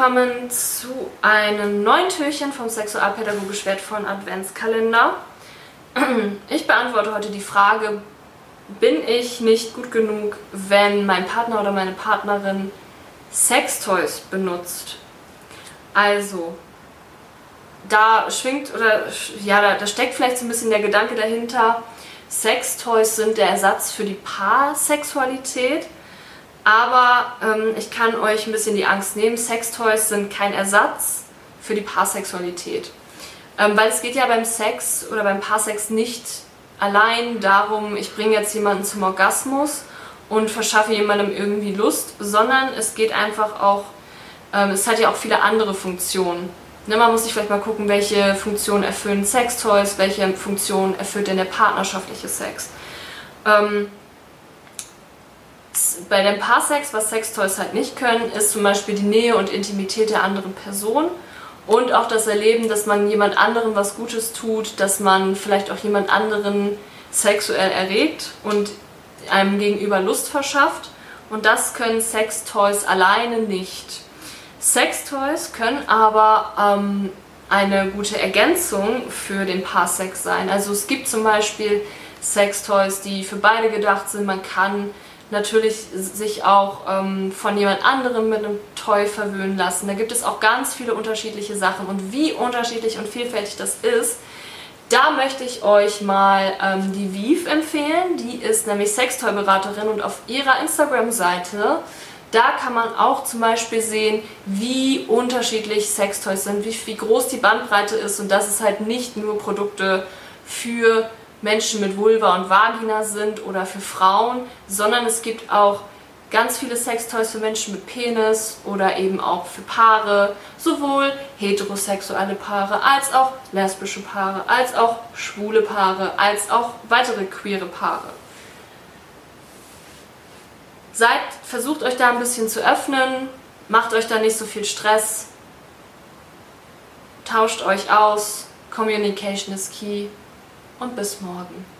willkommen zu einem neuen Türchen vom Sexualpädagogisch wertvollen Adventskalender. Ich beantworte heute die Frage, bin ich nicht gut genug, wenn mein Partner oder meine Partnerin Sextoys benutzt? Also, da steckt vielleicht so ein bisschen der Gedanke dahinter, Sextoys sind der Ersatz für die Paarsexualität. Aber ich kann euch ein bisschen die Angst nehmen, Sextoys sind kein Ersatz für die Paarsexualität. Weil es geht ja beim Sex oder beim Paarsex nicht allein darum, ich bringe jetzt jemanden zum Orgasmus und verschaffe jemandem irgendwie Lust, sondern es geht einfach auch, es hat ja auch viele andere Funktionen. Ne, man muss sich vielleicht mal gucken, welche Funktionen erfüllen Sextoys, welche Funktionen erfüllt denn der partnerschaftliche Sex. Bei dem Paarsex, was Sextoys halt nicht können, ist zum Beispiel die Nähe und Intimität der anderen Person und auch das Erleben, dass man jemand anderem was Gutes tut, dass man vielleicht auch jemand anderen sexuell erregt und einem gegenüber Lust verschafft. Und das können Sextoys alleine nicht. Sextoys können aber eine gute Ergänzung für den Paarsex sein. Also es gibt zum Beispiel Sextoys, die für beide gedacht sind. Man kann natürlich sich auch von jemand anderem mit einem Toy verwöhnen lassen. Da gibt es auch ganz viele unterschiedliche Sachen. Und wie unterschiedlich und vielfältig das ist, da möchte ich euch mal die Viv empfehlen. Die ist nämlich Sextoy-Beraterin und auf ihrer Instagram-Seite, da kann man auch zum Beispiel sehen, wie unterschiedlich Sextoys sind, wie groß die Bandbreite ist und dass es halt nicht nur Produkte für Menschen mit Vulva und Vagina sind oder für Frauen, sondern es gibt auch ganz viele Sextoys für Menschen mit Penis oder eben auch für Paare, sowohl heterosexuelle Paare als auch lesbische Paare, als auch schwule Paare, als auch weitere queere Paare. Versucht euch da ein bisschen zu öffnen, macht euch da nicht so viel Stress, tauscht euch aus, Communication is key und bis morgen.